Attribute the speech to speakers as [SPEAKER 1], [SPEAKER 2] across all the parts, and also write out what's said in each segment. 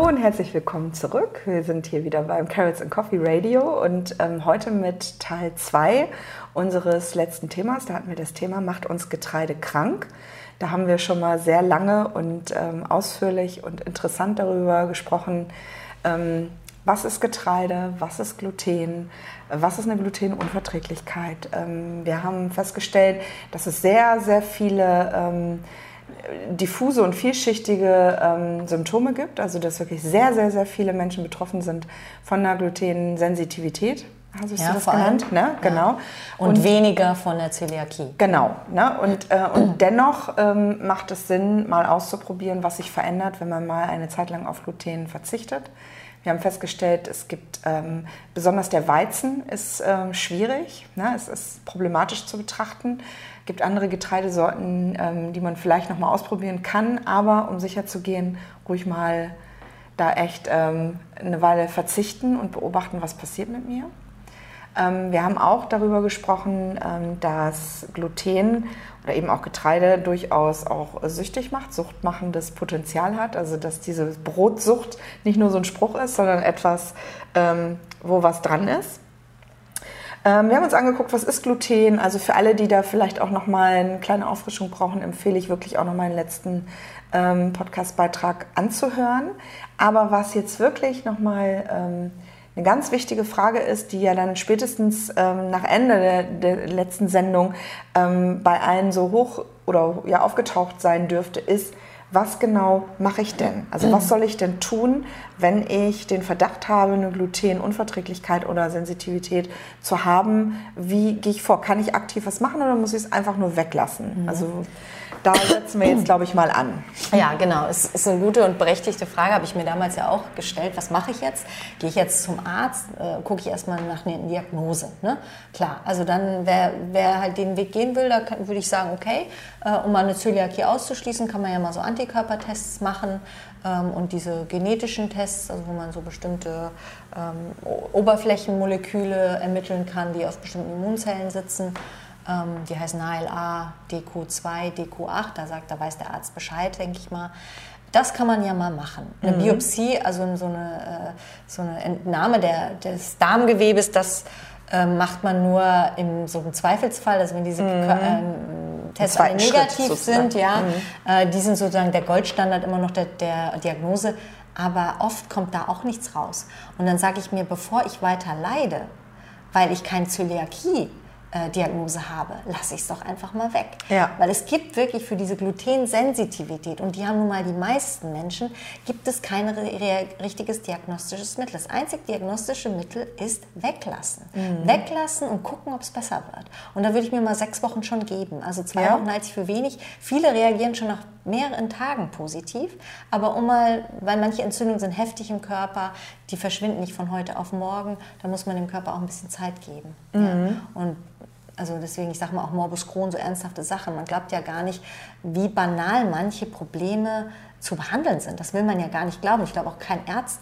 [SPEAKER 1] Hallo und herzlich willkommen zurück. Wir sind hier wieder beim Carrots and Coffee Radio und heute mit Teil 2 unseres letzten Themas. Da hatten wir das Thema Macht uns Getreide krank? Da haben wir schon mal sehr lange und ausführlich und interessant darüber gesprochen, was ist Getreide, was ist Gluten, was ist eine Glutenunverträglichkeit. Wir haben festgestellt, dass es sehr, sehr viele diffuse und vielschichtige Symptome gibt, also dass wirklich sehr, sehr, sehr viele Menschen betroffen sind von einer Glutensensitivität. Hast du das genannt? Ne?
[SPEAKER 2] Ja.
[SPEAKER 1] Genau.
[SPEAKER 2] Und weniger von der Zöliakie.
[SPEAKER 1] Genau. Ne? Und dennoch macht es Sinn, mal auszuprobieren, was sich verändert, wenn man mal eine Zeit lang auf Gluten verzichtet. Wir haben festgestellt, es gibt besonders der Weizen ist schwierig, ne? Es ist problematisch zu betrachten. Es gibt andere Getreidesorten, die man vielleicht noch mal ausprobieren kann, aber um sicher zu gehen, ruhig mal da echt eine Weile verzichten und beobachten, was passiert mit mir. Wir haben auch darüber gesprochen, dass Gluten oder eben auch Getreide durchaus auch süchtig macht, suchtmachendes Potenzial hat. Also dass diese Brotsucht nicht nur so ein Spruch ist, sondern etwas, wo was dran ist. Wir haben uns angeguckt, was ist Gluten. Also für alle, die da vielleicht auch nochmal eine kleine Auffrischung brauchen, empfehle ich wirklich auch nochmal den letzten Podcast-Beitrag anzuhören. Aber was jetzt wirklich nochmal eine ganz wichtige Frage ist, die ja dann spätestens nach Ende der letzten Sendung bei allen so hoch oder ja aufgetaucht sein dürfte, ist, was genau mache ich denn? Also was soll ich denn tun, wenn ich den Verdacht habe, eine Glutenunverträglichkeit oder Sensitivität zu haben? Wie gehe ich vor? Kann ich aktiv was machen oder muss ich es einfach nur weglassen? Also da setzen wir jetzt, glaube ich, mal an.
[SPEAKER 2] Ja, genau. Es ist eine gute und berechtigte Frage, habe ich mir damals ja auch gestellt. Was mache ich jetzt? Gehe ich jetzt zum Arzt? Gucke ich erstmal nach einer Diagnose? Ne? Klar, also dann, wer halt den Weg gehen will, da würde ich sagen, okay, um mal eine Zöliakie auszuschließen, kann man ja mal so Antikörpertests machen und diese genetischen Tests, also wo man so bestimmte Oberflächenmoleküle ermitteln kann, die auf bestimmten Immunzellen sitzen. Die heißen ALA, DQ2, DQ8, da weiß der Arzt Bescheid, denke ich mal. Das kann man ja mal machen. Eine Biopsie, also so eine Entnahme des Darmgewebes, das macht man nur in so einem Zweifelsfall, also wenn diese Tests alle negativ sind, die sind sozusagen der Goldstandard immer noch der Diagnose, aber oft kommt da auch nichts raus. Und dann sage ich mir, bevor ich weiter leide, weil ich keine Zöliakie-Diagnose habe, lasse ich es doch einfach mal weg.
[SPEAKER 1] Ja.
[SPEAKER 2] Weil es gibt wirklich für diese Glutensensitivität, und die haben nun mal die meisten Menschen, gibt es kein richtiges diagnostisches Mittel. Das einzige diagnostische Mittel ist weglassen. Weglassen und gucken, ob es besser wird. Und da würde ich mir mal 6 Wochen schon geben. Also 2 Wochen halte ich für wenig. Viele reagieren schon nach mehreren Tagen positiv, aber weil manche Entzündungen sind heftig im Körper, die verschwinden nicht von heute auf morgen, da muss man dem Körper auch ein bisschen Zeit geben. Ja. Und also deswegen, ich sage mal auch Morbus Crohn, so ernsthafte Sachen. Man glaubt ja gar nicht, wie banal manche Probleme zu behandeln sind. Das will man ja gar nicht glauben. Ich glaube auch kein Arzt,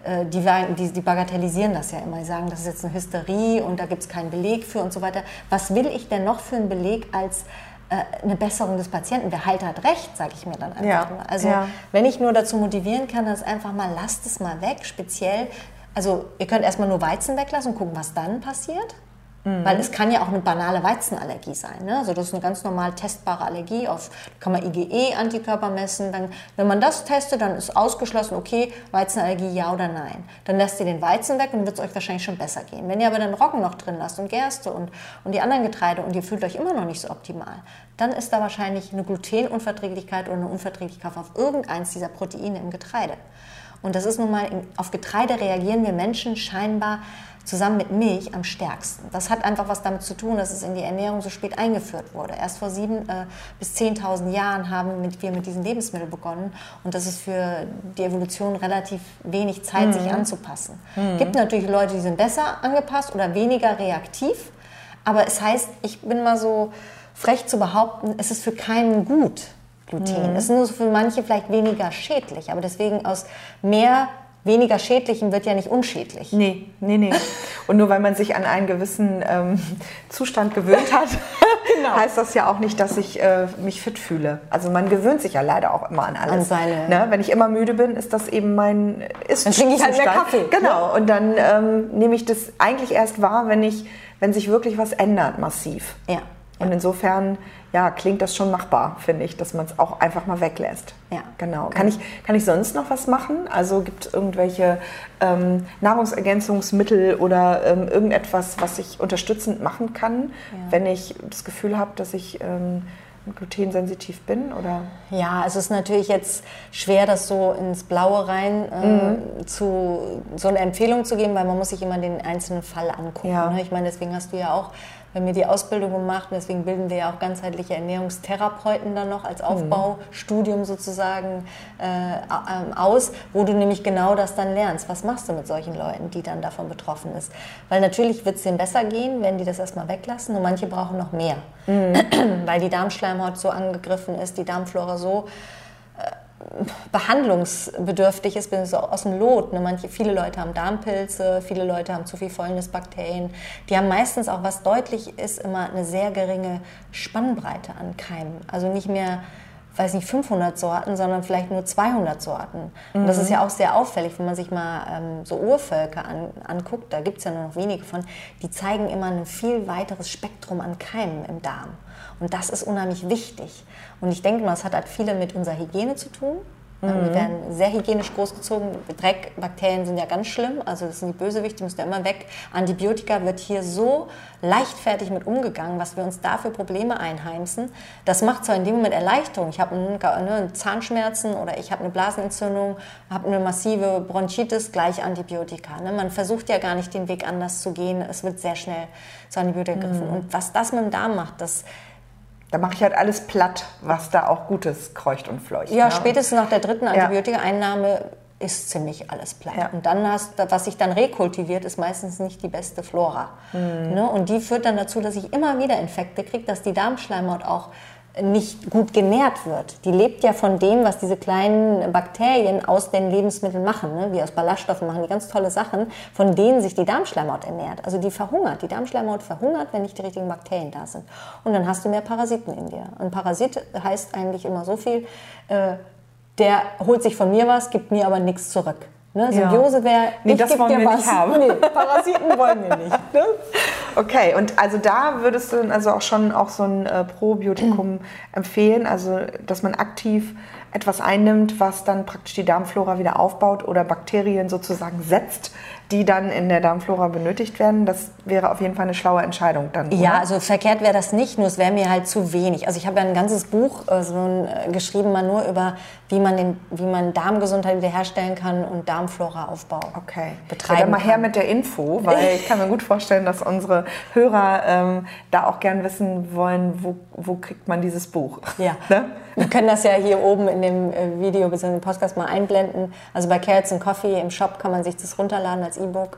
[SPEAKER 2] die bagatellisieren das ja immer. Die sagen, das ist jetzt eine Hysterie und da gibt es keinen Beleg für und so weiter. Was will ich denn noch für einen Beleg als eine Besserung des Patienten? Wer heilt, hat recht, sage ich mir dann einfach nur. Also wenn ich nur dazu motivieren kann, dass einfach mal, lasst es mal weg, speziell, also ihr könnt erstmal nur Weizen weglassen und gucken, was dann passiert. Weil es kann ja auch eine banale Weizenallergie sein. Ne? Also das ist eine ganz normal testbare Allergie. Kann man IgE-Antikörper messen. Dann, wenn man das testet, dann ist ausgeschlossen, okay, Weizenallergie ja oder nein. Dann lasst ihr den Weizen weg und dann wird es euch wahrscheinlich schon besser gehen. Wenn ihr aber dann Roggen noch drin lasst und Gerste und die anderen Getreide und ihr fühlt euch immer noch nicht so optimal, dann ist da wahrscheinlich eine Glutenunverträglichkeit oder eine Unverträglichkeit auf irgendeins dieser Proteine im Getreide. Und das ist nun mal, auf Getreide reagieren wir Menschen scheinbar zusammen mit Milch am stärksten. Das hat einfach was damit zu tun, dass es in die Ernährung so spät eingeführt wurde. Erst vor 7.000 bis 10.000 Jahren haben wir mit diesen Lebensmitteln begonnen, und das ist für die Evolution relativ wenig Zeit, sich anzupassen. Es gibt natürlich Leute, die sind besser angepasst oder weniger reaktiv, aber es heißt, ich bin mal so frech zu behaupten, es ist für keinen gut, Gluten. Es ist nur für manche vielleicht weniger schädlich, aber deswegen aus mehr weniger Schädlichen wird ja nicht unschädlich.
[SPEAKER 1] Nee. Und nur weil man sich an einen gewissen Zustand gewöhnt hat, heißt das ja auch nicht, dass ich mich fit fühle. Also man gewöhnt sich ja leider auch immer an alles.
[SPEAKER 2] An seine,
[SPEAKER 1] ne? Wenn ich immer müde bin, ist das eben mein Ist-Zustand.
[SPEAKER 2] Dann trinke ich halt mehr Kaffee.
[SPEAKER 1] Genau. Ne? Und dann nehme ich das eigentlich erst wahr, wenn sich wirklich was ändert, massiv.
[SPEAKER 2] Ja.
[SPEAKER 1] Und insofern, ja, klingt das schon machbar, finde ich, dass man es auch einfach mal weglässt.
[SPEAKER 2] Ja.
[SPEAKER 1] Genau. Kann ich sonst noch was machen? Also gibt es irgendwelche Nahrungsergänzungsmittel oder irgendetwas, was ich unterstützend machen kann, wenn ich das Gefühl habe, dass ich glutensensitiv bin? Oder?
[SPEAKER 2] Ja, es ist natürlich jetzt schwer, das so ins Blaue rein zu so eine Empfehlung zu geben, weil man muss sich immer den einzelnen Fall angucken.
[SPEAKER 1] Ja.
[SPEAKER 2] Ne? Ich meine, deswegen hast du ja auch bei mir die Ausbildung gemacht und deswegen bilden wir ja auch ganzheitliche Ernährungstherapeuten dann noch als Aufbaustudium sozusagen aus, wo du nämlich genau das dann lernst. Was machst du mit solchen Leuten, die dann davon betroffen ist? Weil natürlich wird es denen besser gehen, wenn die das erstmal weglassen, und manche brauchen noch mehr, weil die Darmschleimhaut so angegriffen ist, die Darmflora so behandlungsbedürftig ist, bin so aus dem Lot. Ne? Viele Leute haben Darmpilze, viele Leute haben zu viel Fäulnisbakterien. Die haben meistens auch, was deutlich ist, immer eine sehr geringe Spannbreite an Keimen. Also nicht mehr, weiß nicht, 500 Sorten, sondern vielleicht nur 200 Sorten. Und das ist ja auch sehr auffällig, wenn man sich mal so Urvölker anguckt, da gibt es ja nur noch wenige von, die zeigen immer ein viel weiteres Spektrum an Keimen im Darm. Und das ist unheimlich wichtig. Und ich denke mal, es hat halt viel mit unserer Hygiene zu tun. Wir werden sehr hygienisch großgezogen. Dreck, Bakterien sind ja ganz schlimm, also das sind die Bösewichte, die müssen ja immer weg. Antibiotika wird hier so leichtfertig mit umgegangen, was wir uns da für Probleme einheimsen. Das macht zwar in dem Moment Erleichterung. Ich habe Zahnschmerzen oder ich habe eine Blasenentzündung, habe eine massive Bronchitis, gleich Antibiotika. Ne? Man versucht ja gar nicht den Weg anders zu gehen. Es wird sehr schnell zu Antibiotika gegriffen. Und was das mit dem Darm macht,
[SPEAKER 1] da mache ich halt alles platt, was da auch Gutes kreucht und fleucht.
[SPEAKER 2] Ja,
[SPEAKER 1] ne?
[SPEAKER 2] Spätestens nach der dritten Antibiotika-Einnahme ist ziemlich alles platt. Ja. Und dann was sich dann rekultiviert, ist meistens nicht die beste Flora. Ne? Und die führt dann dazu, dass ich immer wieder Infekte kriege, dass die Darmschleimhaut auch nicht gut genährt wird. Die lebt ja von dem, was diese kleinen Bakterien aus den Lebensmitteln machen, ne? Wie aus Ballaststoffen machen die ganz tolle Sachen, von denen sich die Darmschleimhaut ernährt. Also die verhungert. Die Darmschleimhaut verhungert, wenn nicht die richtigen Bakterien da sind. Und dann hast du mehr Parasiten in dir. Ein Parasit heißt eigentlich immer so viel, der holt sich von mir was, gibt mir aber nichts zurück. Ne? Symbiose wäre,
[SPEAKER 1] ich gebe dir was.
[SPEAKER 2] Nee, Parasiten wollen wir nicht. Ne?
[SPEAKER 1] Okay, und also da würdest du dann also auch schon so ein Probiotikum empfehlen, also dass man aktiv etwas einnimmt, was dann praktisch die Darmflora wieder aufbaut oder Bakterien sozusagen setzt, die dann in der Darmflora benötigt werden. Das wäre auf jeden Fall eine schlaue Entscheidung dann, oder?
[SPEAKER 2] Ja, also verkehrt wäre das nicht, nur es wäre mir halt zu wenig. Also ich habe ja ein ganzes Buch geschrieben, mal nur über, wie man Darmgesundheit wiederherstellen kann und Darmflora Aufbau betreiben
[SPEAKER 1] dann mal
[SPEAKER 2] kann.
[SPEAKER 1] her mit der Info, weil ich kann mir gut vorstellen, dass unsere Hörer da auch gern wissen wollen, wo kriegt man dieses Buch.
[SPEAKER 2] Ja,
[SPEAKER 1] ne?
[SPEAKER 2] Wir können das ja hier oben in dem Video bzw. im Podcast mal einblenden. Also bei Carrots and Coffee im Shop kann man sich das runterladen als E-Book.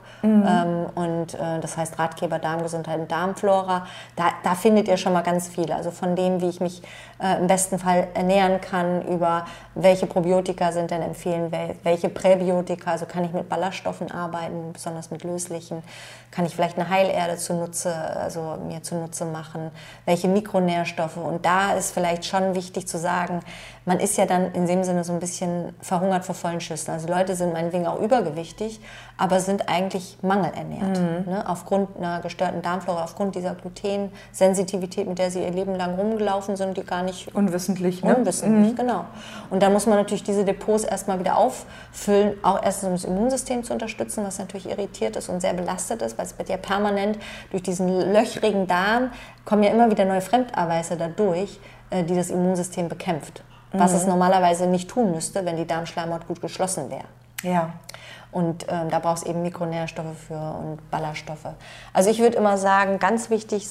[SPEAKER 2] Das heißt Ratgeber Darmgesundheit und Darmflora. Da findet ihr schon mal ganz viel. Also von dem, wie ich mich im besten Fall ernähren kann, über welche Probiotika sind denn empfehlen, welche Präbiotika, also kann ich mit Ballaststoffen arbeiten, besonders mit löslichen, kann ich vielleicht eine Heilerde mir zunutze machen, welche Mikronährstoffe. Und da ist vielleicht schon wichtig zu sagen, man ist ja dann in dem Sinne so ein bisschen verhungert vor vollen Schüsseln. Also die Leute sind meinetwegen auch übergewichtig, aber sind eigentlich mangelernährt. Ne? Aufgrund einer gestörten Darmflora, aufgrund dieser Glutensensitivität, mit der sie ihr Leben lang rumgelaufen sind, die gar nicht...
[SPEAKER 1] Unwissentlich, ne?
[SPEAKER 2] Unwissentlich, genau. Und da muss man natürlich diese Depots erstmal wieder auffüllen, auch erstens um das Immunsystem zu unterstützen, was natürlich irritiert ist und sehr belastet ist, weil es wird ja permanent durch diesen löchrigen Darm, kommen ja immer wieder neue Fremdeiweiße dadurch, die das Immunsystem bekämpft. Was es normalerweise nicht tun müsste, wenn die Darmschleimhaut gut geschlossen wäre. Ja. Und da braucht es eben Mikronährstoffe für und Ballaststoffe. Also ich würde immer sagen, ganz wichtig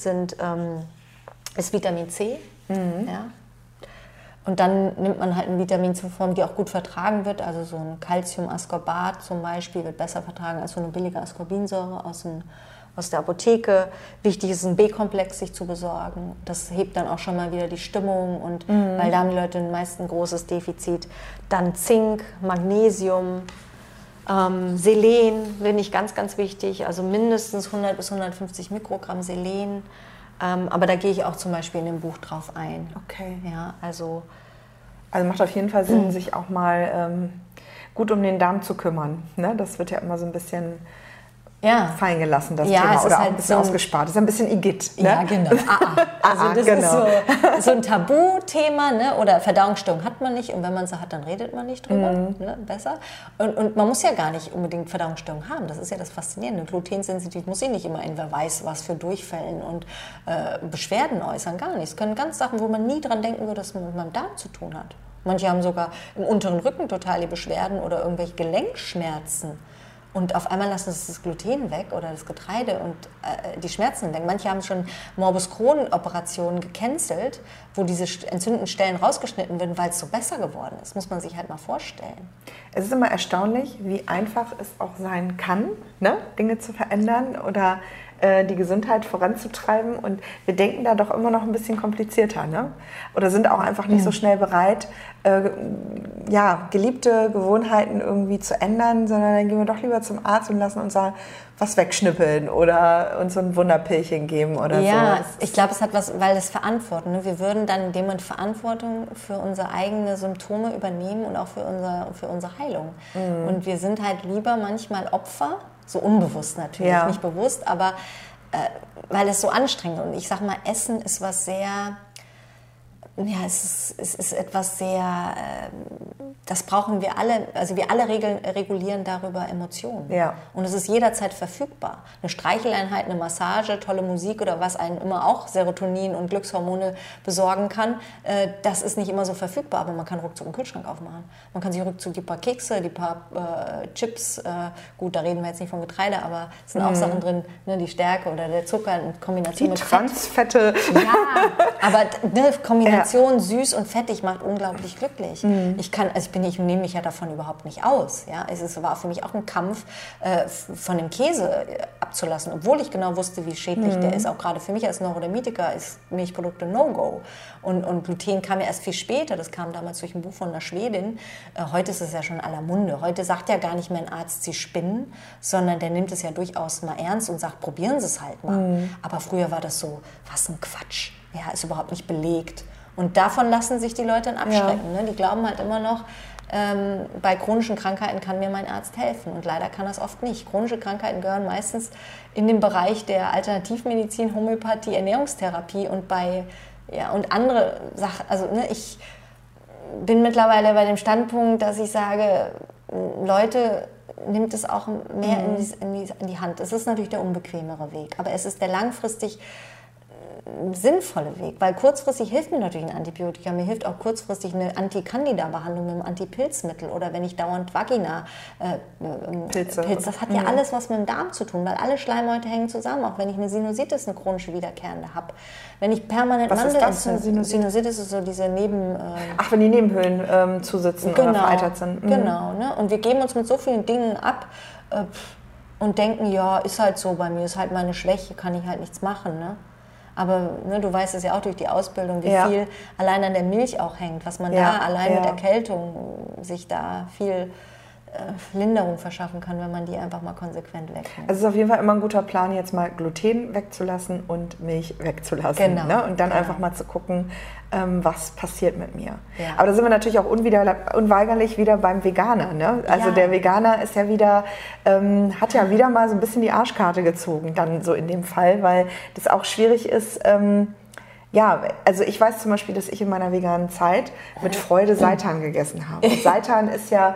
[SPEAKER 2] ist Vitamin C. Ja. Und dann nimmt man halt ein Vitamin zur Form, die auch gut vertragen wird. Also so ein Calciumascorbat zum Beispiel wird besser vertragen als so eine billige Ascorbinsäure aus der Apotheke. Wichtig ist, einen B-Komplex sich zu besorgen. Das hebt dann auch schon mal wieder die Stimmung, und weil da haben die Leute meist ein großes Defizit. Dann Zink, Magnesium, Selen finde ich ganz, ganz wichtig, also mindestens 100 bis 150 Mikrogramm Selen. Aber da gehe ich auch zum Beispiel in dem Buch drauf ein.
[SPEAKER 1] Okay.
[SPEAKER 2] Ja, also
[SPEAKER 1] macht auf jeden Fall Sinn, sich auch mal gut um den Darm zu kümmern. Ne? Das wird ja immer so ein bisschen fallen gelassen, das Thema. Oder auch halt ein bisschen ausgespart. Das ist ein bisschen Igitt. Ne?
[SPEAKER 2] Ja, genau. Also das ist so ein Tabuthema. Ne? Oder Verdauungsstörung hat man nicht. Und wenn man sie hat, dann redet man nicht drüber. Ne? Besser. Und man muss ja gar nicht unbedingt Verdauungsstörung haben. Das ist ja das Faszinierende. Glutensensitiv muss sich nicht immer in wer weiß was für Durchfällen und Beschwerden äußern. Gar nicht. Es können ganz Sachen, wo man nie dran denken würde, dass man mit meinem Darm zu tun hat. Manche haben sogar im unteren Rücken totale Beschwerden oder irgendwelche Gelenkschmerzen. Und auf einmal lassen sie das Gluten weg oder das Getreide und die Schmerzen weg. Manche haben schon Morbus Crohn-Operationen gecancelt, wo diese entzündeten Stellen rausgeschnitten werden, weil es so besser geworden ist. Muss man sich halt mal vorstellen.
[SPEAKER 1] Es ist immer erstaunlich, wie einfach es auch sein kann, ne? Dinge zu verändern oder die Gesundheit voranzutreiben. Und wir denken da doch immer noch ein bisschen komplizierter, ne? Oder sind auch einfach nicht so schnell bereit, geliebte Gewohnheiten irgendwie zu ändern, sondern dann gehen wir doch lieber zum Arzt und lassen uns da was wegschnippeln oder uns so ein Wunderpilchen geben oder so.
[SPEAKER 2] Ja, ich glaube, es hat was, weil es Verantwortung, ne? Wir würden dann in dem Moment Verantwortung für unsere eigenen Symptome übernehmen und auch für unsere Heilung. Und wir sind halt lieber manchmal Opfer, so unbewusst natürlich, nicht bewusst, aber weil es so anstrengend ist. Und ich sage mal, Essen ist was sehr... Ja, es ist etwas sehr, das brauchen wir alle, also wir alle regulieren darüber Emotionen. Ja. Und es ist jederzeit verfügbar. Eine Streicheleinheit, eine Massage, tolle Musik oder was einen immer auch Serotonin und Glückshormone besorgen kann, das ist nicht immer so verfügbar, aber man kann ruckzuck einen Kühlschrank aufmachen. Man kann sich ruckzuck die paar Kekse, die paar Chips, gut, da reden wir jetzt nicht von Getreide, aber es sind auch Sachen drin, ne, die Stärke oder der Zucker in Kombination mit
[SPEAKER 1] Transfette.
[SPEAKER 2] Ja, aber eine Kombination süß und fettig macht unglaublich glücklich. Ich nehme mich ja davon überhaupt nicht aus. Ja? Es war für mich auch ein Kampf, von dem Käse abzulassen, obwohl ich genau wusste, wie schädlich der ist. Auch gerade für mich als Neurodermitiker ist Milchprodukte No-Go. Und Gluten kam ja erst viel später. Das kam damals durch ein Buch von einer Schwedin. Heute ist es ja schon in aller Munde. Heute sagt ja gar nicht mehr ein Arzt, Sie spinnen, sondern der nimmt es ja durchaus mal ernst und sagt, probieren Sie es halt mal. Aber früher war das so, was ein Quatsch. Ja, ist überhaupt nicht belegt. Und davon lassen sich die Leute dann abschrecken. Ne? Die glauben halt immer noch, bei chronischen Krankheiten kann mir mein Arzt helfen. Und leider kann das oft nicht. Chronische Krankheiten gehören meistens in den Bereich der Alternativmedizin, Homöopathie, Ernährungstherapie und und andere Sachen. Also ich bin mittlerweile bei dem Standpunkt, dass ich sage, Leute, nimmt es auch mehr in die Hand. Es ist natürlich der unbequemere Weg, aber es ist der langfristig sinnvolle Weg, weil kurzfristig hilft mir natürlich ein Antibiotika, mir hilft auch kurzfristig eine Anti-Candida-Behandlung mit einem Antipilzmittel oder wenn ich dauernd Vagina-Pilz, das hat ja alles was mit dem Darm zu tun, weil alle Schleimhäute hängen zusammen, auch wenn ich eine Sinusitis, eine chronische wiederkehrende habe. Wenn ich permanent Sinusitis ist so diese
[SPEAKER 1] wenn die Nebenhöhlen zusitzen oder vereitert sind.
[SPEAKER 2] Genau, ne? Und wir geben uns mit so vielen Dingen ab und denken, ja, ist halt so bei mir, ist halt meine Schwäche, kann ich halt nichts machen, ne? Aber ne, du weißt es ja auch durch die Ausbildung, wie viel allein an der Milch auch hängt, was man da allein mit Erkältung sich da viel Linderung verschaffen kann, wenn man die einfach mal konsequent wegnimmt.
[SPEAKER 1] Also es ist auf jeden Fall immer ein guter Plan, jetzt mal Gluten wegzulassen und Milch wegzulassen.
[SPEAKER 2] Genau.
[SPEAKER 1] Ne? Und dann einfach mal zu gucken, was passiert mit mir. Ja. Aber da sind wir natürlich auch unweigerlich wieder beim Veganer. Ne? Also der Veganer ist ja wieder, hat ja wieder mal so ein bisschen die Arschkarte gezogen, dann so in dem Fall, weil das auch schwierig ist. Also ich weiß zum Beispiel, dass ich in meiner veganen Zeit mit Freude Seitan gegessen habe. Und Seitan ist ja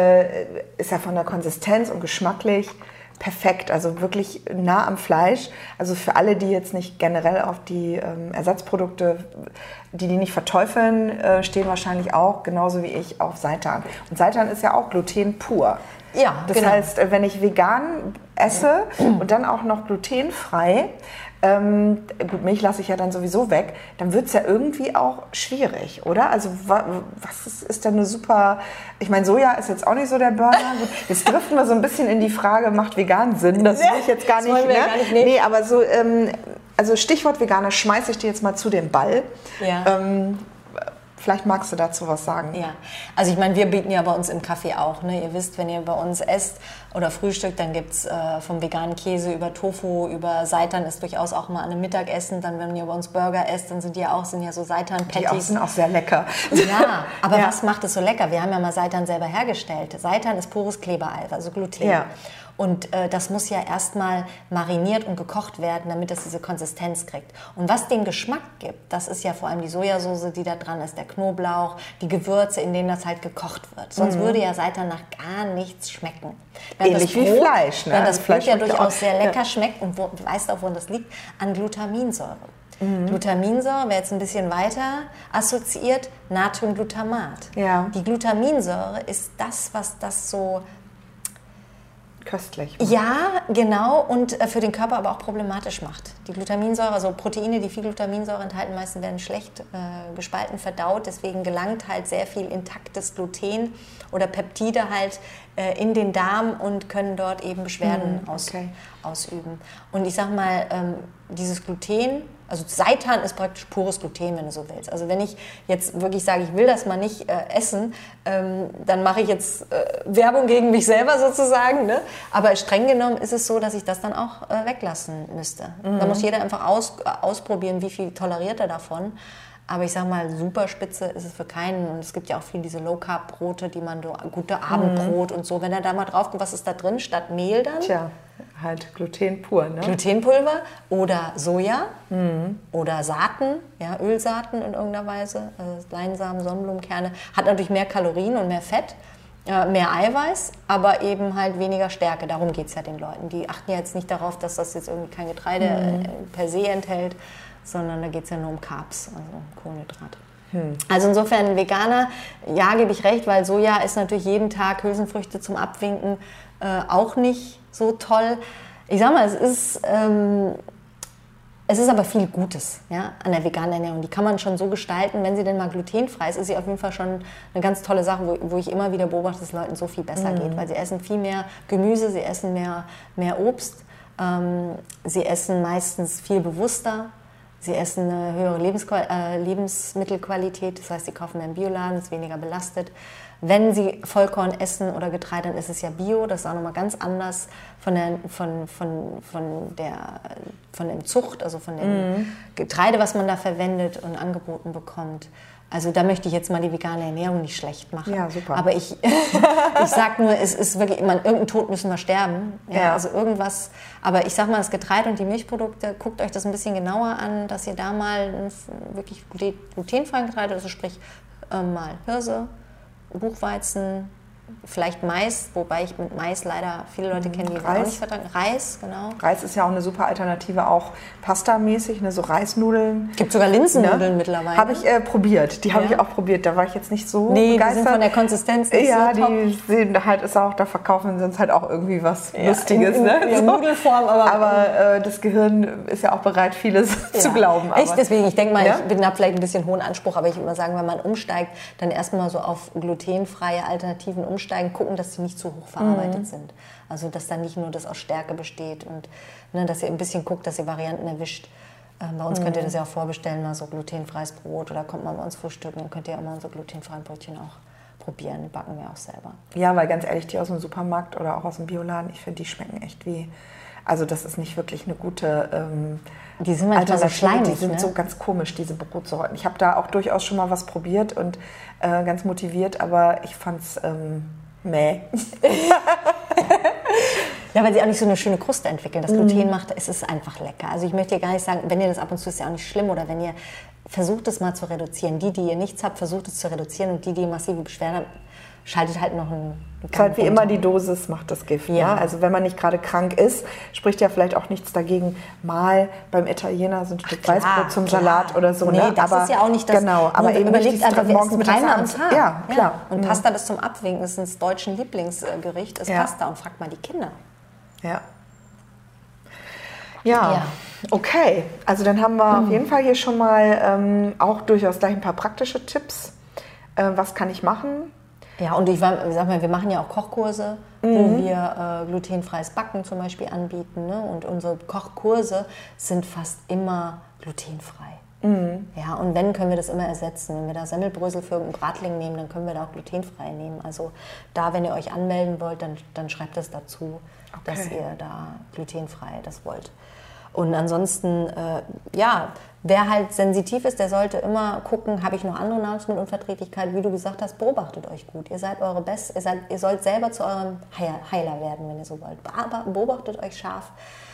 [SPEAKER 1] von der Konsistenz und geschmacklich perfekt, also wirklich nah am Fleisch. Also für alle, die jetzt nicht generell auf die Ersatzprodukte, die nicht verteufeln, stehen wahrscheinlich auch, genauso wie ich, auf Seitan. Und Seitan ist ja auch Gluten pur.
[SPEAKER 2] Ja,
[SPEAKER 1] das heißt, wenn ich vegan esse und dann auch noch glutenfrei, gut, Milch lasse ich ja dann sowieso weg, dann wird es ja irgendwie auch schwierig, oder? Also was ist denn eine super... Ich meine, Soja ist jetzt auch nicht so der Burner. Jetzt driften wir so ein bisschen in die Frage, macht vegan Sinn? Das will ich jetzt gar nicht.
[SPEAKER 2] Ne? Gar nicht
[SPEAKER 1] nee, aber so, also Stichwort Veganer, schmeiße ich dir jetzt mal zu dem Ball.
[SPEAKER 2] Ja.
[SPEAKER 1] vielleicht magst du dazu was sagen.
[SPEAKER 2] Ja, also ich meine, wir bieten ja bei uns im Café auch. Ne? Ihr wisst, wenn ihr bei uns esst oder frühstückt, dann gibt es vom veganen Käse über Tofu, über Seitan ist durchaus auch mal an einem Mittagessen. Dann, wenn ihr bei uns Burger esst, dann sind ja so Seitan-Patties.
[SPEAKER 1] Die sind auch sehr lecker.
[SPEAKER 2] Ja, aber was macht es so lecker? Wir haben ja mal Seitan selber hergestellt. Seitan ist pures Klebereis, also Gluten.
[SPEAKER 1] Ja.
[SPEAKER 2] Und das muss ja erstmal mariniert und gekocht werden, damit es diese Konsistenz kriegt. Und was den Geschmack gibt, das ist ja vor allem die Sojasauce, die da dran ist, der Knoblauch, die Gewürze, in denen das halt gekocht wird. Sonst würde ja Seitan nach gar nichts schmecken.
[SPEAKER 1] Ähnlich wie Fleisch. Ne?
[SPEAKER 2] Wenn das Brot ja
[SPEAKER 1] durchaus
[SPEAKER 2] durchaus sehr lecker schmeckt und weißt auch, woran das liegt, an Glutaminsäure. Glutaminsäure, wer jetzt ein bisschen weiter assoziiert, Natriumglutamat.
[SPEAKER 1] Ja.
[SPEAKER 2] Die Glutaminsäure ist das, was das so...
[SPEAKER 1] köstlich.
[SPEAKER 2] Ja, genau, und für den Körper aber auch problematisch macht. Die Glutaminsäure, also Proteine, die viel Glutaminsäure enthalten, meistens werden schlecht gespalten, verdaut. Deswegen gelangt halt sehr viel intaktes Gluten oder Peptide halt in den Darm und können dort eben Beschwerden ausüben. Und ich sag mal, dieses Gluten, also Seitan ist praktisch pures Gluten, wenn du so willst. Also wenn ich jetzt wirklich sage, ich will das mal nicht essen, dann mache ich jetzt Werbung gegen mich selber sozusagen. Ne? Aber streng genommen ist es so, dass ich das dann auch weglassen müsste. Da muss jeder einfach ausprobieren, wie viel toleriert er davon. Aber ich sage mal, super spitze ist es für keinen. Und es gibt ja auch viel diese Low-Carb-Brote, die man so, gute Abendbrot und so. Wenn er da mal drauf guckt, was ist da drin, statt Mehl dann?
[SPEAKER 1] Tja, halt Gluten pur, ne?
[SPEAKER 2] Glutenpulver oder Soja oder Saaten, ja, Ölsaaten in irgendeiner Weise, also Leinsamen, Sonnenblumenkerne. Hat natürlich mehr Kalorien und mehr Fett, mehr Eiweiß, aber eben halt weniger Stärke. Darum geht es ja den Leuten. Die achten ja jetzt nicht darauf, dass das jetzt irgendwie kein Getreide per se enthält, sondern da geht es ja nur um Carbs, also Kohlenhydrate. Also insofern Veganer, ja, gebe ich recht, weil Soja ist natürlich jeden Tag Hülsenfrüchte zum Abwinken auch nicht so toll. Ich sag mal, es ist aber viel Gutes, ja, an der veganen Ernährung. Die kann man schon so gestalten, wenn sie denn mal glutenfrei ist, ist sie auf jeden Fall schon eine ganz tolle Sache, wo ich immer wieder beobachte, dass es Leuten so viel besser geht, weil sie essen viel mehr Gemüse, sie essen mehr Obst, sie essen meistens viel bewusster. Sie essen eine höhere Lebensmittelqualität, das heißt, sie kaufen mehr im Bioladen, ist weniger belastet. Wenn sie Vollkorn essen oder Getreide, dann ist es ja Bio, das ist auch nochmal ganz anders von der Zucht, also von dem Getreide, was man da verwendet und angeboten bekommt. Also da möchte ich jetzt mal die vegane Ernährung nicht schlecht machen.
[SPEAKER 1] Ja, super.
[SPEAKER 2] Aber ich sage nur, es ist wirklich, irgendeinen Tod müssen wir sterben. Ja. Also irgendwas. Aber ich sage mal, das Getreide und die Milchprodukte, guckt euch das ein bisschen genauer an, dass ihr da mal wirklich glutenfreien Getreide, also sprich mal Hirse, Buchweizen, vielleicht Mais, wobei ich mit Mais leider viele Leute kenne, die auch nicht vertragen. Reis, genau.
[SPEAKER 1] Reis ist ja auch eine super Alternative, auch pastamäßig, ne, so Reisnudeln.
[SPEAKER 2] Gibt sogar Linsennudeln mittlerweile.
[SPEAKER 1] Habe ich probiert, die habe ich auch probiert, da war ich jetzt nicht so begeistert.
[SPEAKER 2] Die sind von der Konsistenz nicht
[SPEAKER 1] so
[SPEAKER 2] top.
[SPEAKER 1] Die sehen halt, ist auch, da verkaufen sie uns halt auch irgendwie was Lustiges.
[SPEAKER 2] In Nudelform,
[SPEAKER 1] aber das Gehirn ist ja auch bereit, vieles zu glauben. Aber,
[SPEAKER 2] deswegen, ich denke mal, ich habe vielleicht ein bisschen hohen Anspruch, aber ich würde mal sagen, wenn man umsteigt, dann erstmal so auf glutenfreie Alternativen umsteigen, gucken, dass sie nicht zu hoch verarbeitet sind. Also, dass da nicht nur das aus Stärke besteht und dass ihr ein bisschen guckt, dass ihr Varianten erwischt. Bei uns könnt ihr das ja auch vorbestellen, mal so glutenfreies Brot oder kommt mal bei uns frühstücken, dann könnt ihr auch mal unsere glutenfreien Brötchen auch probieren. Die backen wir auch selber.
[SPEAKER 1] Ja, weil ganz ehrlich, die aus dem Supermarkt oder auch aus dem Bioladen, ich finde, die schmecken echt wie, also das ist nicht wirklich eine gute
[SPEAKER 2] die sind manchmal so schleimig,
[SPEAKER 1] die sind so ganz komisch, diese Brotsorten. Ich habe da auch durchaus schon mal was probiert und ganz motiviert, aber ich fand es mäh.
[SPEAKER 2] Ja, weil sie auch nicht so eine schöne Kruste entwickeln. Das Gluten macht, es ist einfach lecker. Also ich möchte dir gar nicht sagen, wenn ihr das ab und zu ist ja auch nicht schlimm oder wenn ihr versucht es mal zu reduzieren. Die ihr nichts habt, versucht es zu reduzieren und die massive Beschwerden haben, schaltet halt noch einen
[SPEAKER 1] Gang halt wie runter. Immer die Dosis macht das Gift. Ja. Ne? Also wenn man nicht gerade krank ist, spricht ja vielleicht auch nichts dagegen, mal beim Italiener so ein Stück Weißbrot zum Salat oder so.
[SPEAKER 2] Nee,
[SPEAKER 1] ne?
[SPEAKER 2] das ist ja auch nicht das.
[SPEAKER 1] Genau, aber eben
[SPEAKER 2] überlegt einfach, wir essen dreimal am Tag.
[SPEAKER 1] Ja, klar.
[SPEAKER 2] Und Pasta bis zum Abwinken, das ist das deutschen Lieblingsgericht, ist Pasta. Und fragt mal die Kinder.
[SPEAKER 1] Ja, okay. Also dann haben wir auf jeden Fall hier schon mal auch durchaus gleich ein paar praktische Tipps. Was kann ich machen?
[SPEAKER 2] Ja, und sag mal, wir machen ja auch Kochkurse, wo wir glutenfreies Backen zum Beispiel anbieten. Ne? Und unsere Kochkurse sind fast immer glutenfrei. Ja, und wenn, können wir das immer ersetzen. Wenn wir da Semmelbrösel für einen Bratling nehmen, dann können wir da auch glutenfrei nehmen. Also da, wenn ihr euch anmelden wollt, dann schreibt das dazu, dass ihr da glutenfrei das wollt. Und ansonsten, wer halt sensitiv ist, der sollte immer gucken, habe ich noch andere Nahrungsmittelunverträglichkeit? Wie du gesagt hast, beobachtet euch gut. Ihr seid eure ihr sollt selber zu eurem Heiler werden, wenn ihr so wollt. Aber beobachtet euch scharf.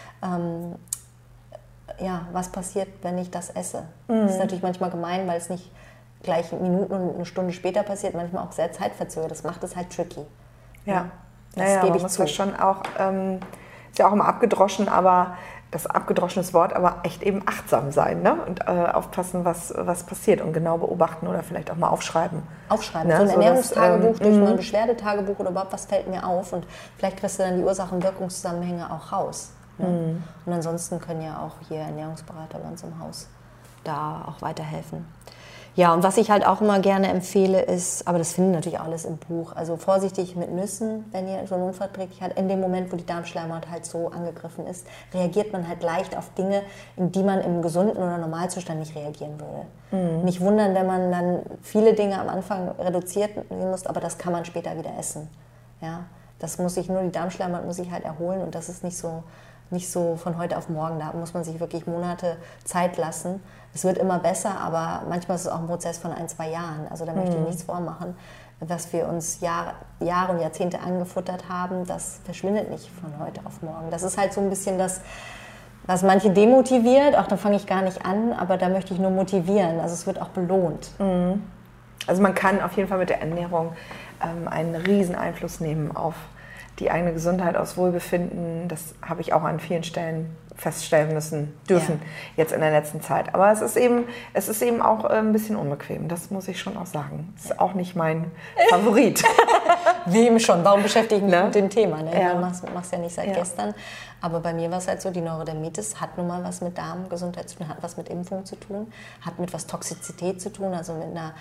[SPEAKER 2] Was passiert, wenn ich das esse? Das ist natürlich manchmal gemein, weil es nicht gleich Minuten und eine Stunde später passiert, manchmal auch sehr zeitverzögert. Das macht es halt tricky.
[SPEAKER 1] Ja, das gebe ich zu. Das schon auch, ist ja auch immer abgedroschen, aber das abgedroschenes Wort, aber echt eben achtsam sein, ne? Und aufpassen, was passiert und genau beobachten oder vielleicht auch mal aufschreiben.
[SPEAKER 2] Aufschreiben, ne? So ein Ernährungstagebuch, durch mal ein Beschwerdetagebuch oder überhaupt, was fällt mir auf, und vielleicht kriegst du dann die Ursachen-Wirkungszusammenhänge auch raus. Ne? Und ansonsten können ja auch hier Ernährungsberater bei uns im Haus da auch weiterhelfen. Ja, und was ich halt auch immer gerne empfehle ist, aber das finden natürlich alles im Buch, also vorsichtig mit Nüssen, wenn ihr so eine Unverträglichkeit, in dem Moment, wo die Darmschleimhaut halt so angegriffen ist, reagiert man halt leicht auf Dinge, in die man im gesunden oder Normalzustand nicht reagieren würde. Nicht wundern, wenn man dann viele Dinge am Anfang reduziert muss, aber das kann man später wieder essen. Ja, das muss sich nur, die Darmschleimhaut muss sich halt erholen, und das ist nicht so von heute auf morgen. Da muss man sich wirklich Monate Zeit lassen. Es wird immer besser, aber manchmal ist es auch ein Prozess von 1-2 Jahren. Also da möchte ich nichts vormachen. Was wir uns Jahre und Jahrzehnte angefuttert haben, das verschwindet nicht von heute auf morgen. Das ist halt so ein bisschen das, was manche demotiviert. Ach, da fange ich gar nicht an, aber da möchte ich nur motivieren. Also es wird auch belohnt.
[SPEAKER 1] Also man kann auf jeden Fall mit der Ernährung einen riesen Einfluss nehmen auf die eigene Gesundheit, aufs Wohlbefinden. Das habe ich auch an vielen Stellen feststellen dürfen, jetzt in der letzten Zeit. Aber es ist eben auch ein bisschen unbequem, das muss ich schon auch sagen. Das ist auch nicht mein Favorit.
[SPEAKER 2] Wem schon? Warum beschäftige ich mich mit dem Thema? Ne? Ja. Man macht es ja nicht seit gestern. Aber bei mir war es halt so, die Neurodermitis hat nun mal was mit Darmgesundheit zu tun, hat was mit Impfung zu tun, hat mit was Toxizität zu tun, also mit einer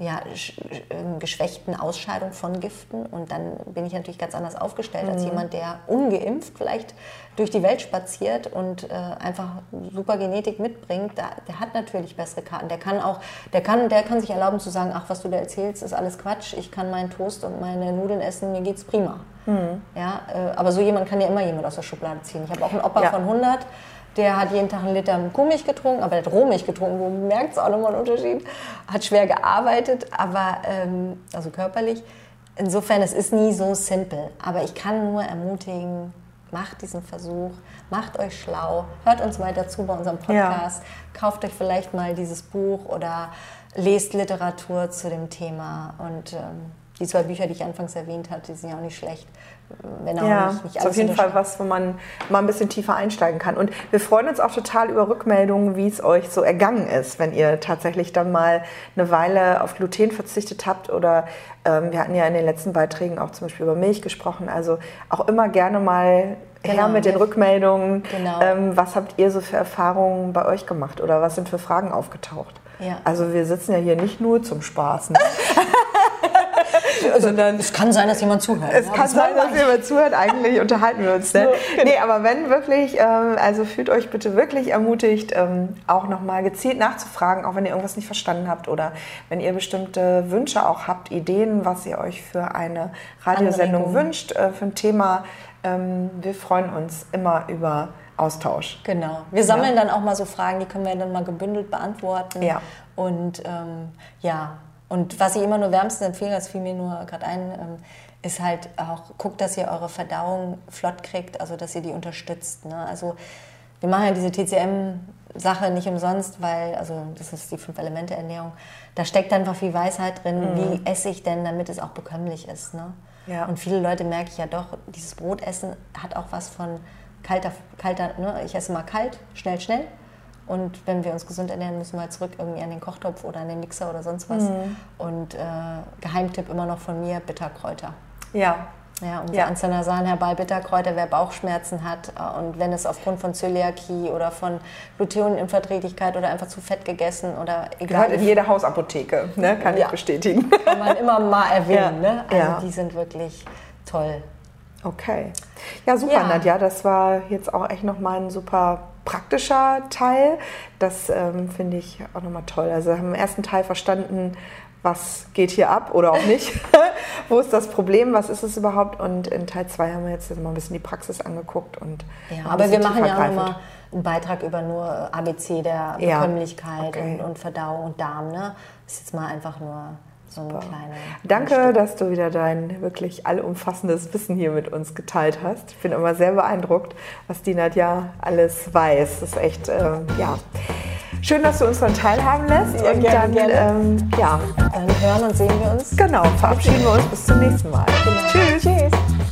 [SPEAKER 2] geschwächten Ausscheidung von Giften. Und dann bin ich natürlich ganz anders aufgestellt als jemand, der ungeimpft vielleicht durch die Welt spaziert und einfach super Genetik mitbringt. Der hat natürlich bessere Karten. Der kann sich erlauben zu sagen, ach, was du da erzählst, ist alles Quatsch. Ich kann meinen Toast und meine Nudeln essen, mir geht's prima. Ja, aber so jemand kann ja immer jemand aus der Schublade ziehen. Ich habe auch einen Opa von 100, der hat jeden Tag 1 Liter Kuhmilch getrunken, aber der hat Rohmilch getrunken, wo man merkt es auch nochmal einen Unterschied. Hat schwer gearbeitet, aber also körperlich. Insofern, es ist nie so simpel. Aber ich kann nur ermutigen, macht diesen Versuch, macht euch schlau, hört uns weiter zu bei unserem Podcast, kauft euch vielleicht mal dieses Buch oder lest Literatur zu dem Thema. Und die 2 Bücher, die ich anfangs erwähnt habe, die sind ja auch nicht schlecht. Wenn auch nicht
[SPEAKER 1] ist auf jeden Fall was, wo man mal ein bisschen tiefer einsteigen kann. Und wir freuen uns auch total über Rückmeldungen, wie es euch so ergangen ist, wenn ihr tatsächlich dann mal eine Weile auf Gluten verzichtet habt. Oder wir hatten ja in den letzten Beiträgen auch zum Beispiel über Milch gesprochen. Also auch immer gerne mal her mit den Rückmeldungen. Was habt ihr so für Erfahrungen bei euch gemacht oder was sind für Fragen aufgetaucht? Ja. Also wir sitzen ja hier nicht nur zum Spaß. Ne?
[SPEAKER 2] Sondern es kann sein, dass jemand zuhört.
[SPEAKER 1] Es kann sein, dass jemand zuhört. Eigentlich unterhalten wir uns. Ne? Nee, aber wenn wirklich, also fühlt euch bitte wirklich ermutigt, auch nochmal gezielt nachzufragen, auch wenn ihr irgendwas nicht verstanden habt oder wenn ihr bestimmte Wünsche auch habt, Ideen, was ihr euch für eine Radiosendung wünscht, für ein Thema. Wir freuen uns immer über Austausch.
[SPEAKER 2] Genau. Wir sammeln dann auch mal so Fragen, die können wir dann mal gebündelt beantworten. Ja. Und Und was ich immer nur wärmstens empfehle, das fiel mir nur gerade ein, ist halt auch, guckt, dass ihr eure Verdauung flott kriegt, also dass ihr die unterstützt. Ne? Also wir machen ja diese TCM-Sache nicht umsonst, weil, also das ist die 5-Elemente-Ernährung, da steckt einfach viel Weisheit drin, wie esse ich denn, damit es auch bekömmlich ist. Ne? Ja. Und viele Leute merke ich ja doch, dieses Brotessen hat auch was von kalter, ne? Ich esse mal kalt, schnell. Und wenn wir uns gesund ernähren, müssen wir halt zurück irgendwie an den Kochtopf oder an den Mixer oder sonst was. Und Geheimtipp immer noch von mir, Bitterkräuter. Ja, unser Anzanasan Herbal Bitterkräuter, wer Bauchschmerzen hat und wenn es aufgrund von Zöliakie oder von Gluteninverträglichkeit oder einfach zu fett gegessen oder egal.
[SPEAKER 1] Gehört in jede Hausapotheke, ne? Kann ich bestätigen.
[SPEAKER 2] Kann man immer mal erwähnen. Ne? Also die sind wirklich toll.
[SPEAKER 1] Okay. Ja, super, Nadja. Das war jetzt auch echt nochmal ein super praktischer Teil. Das finde ich auch nochmal toll. Also wir haben im ersten Teil verstanden, was geht hier ab oder auch nicht. Wo ist das Problem? Was ist es überhaupt? Und in Teil 2 haben wir jetzt mal ein bisschen die Praxis angeguckt. Und
[SPEAKER 2] ja, aber wir machen ja auch nochmal einen Beitrag über nur ABC der Bekömmlichkeit und Verdauung und Darm. Ne? Das ist jetzt mal einfach nur so eine kleine...
[SPEAKER 1] Danke, dass du wieder dein wirklich allumfassendes Wissen hier mit uns geteilt hast. Ich bin immer sehr beeindruckt, was die Nadja alles weiß. Das ist echt, schön, dass du uns daran teilhaben lässt.
[SPEAKER 2] Ja,
[SPEAKER 1] und
[SPEAKER 2] gerne,
[SPEAKER 1] dann,
[SPEAKER 2] dann hören und sehen wir uns.
[SPEAKER 1] Genau, verabschieden wir uns bis zum nächsten Mal.
[SPEAKER 2] Genau. Tschüss.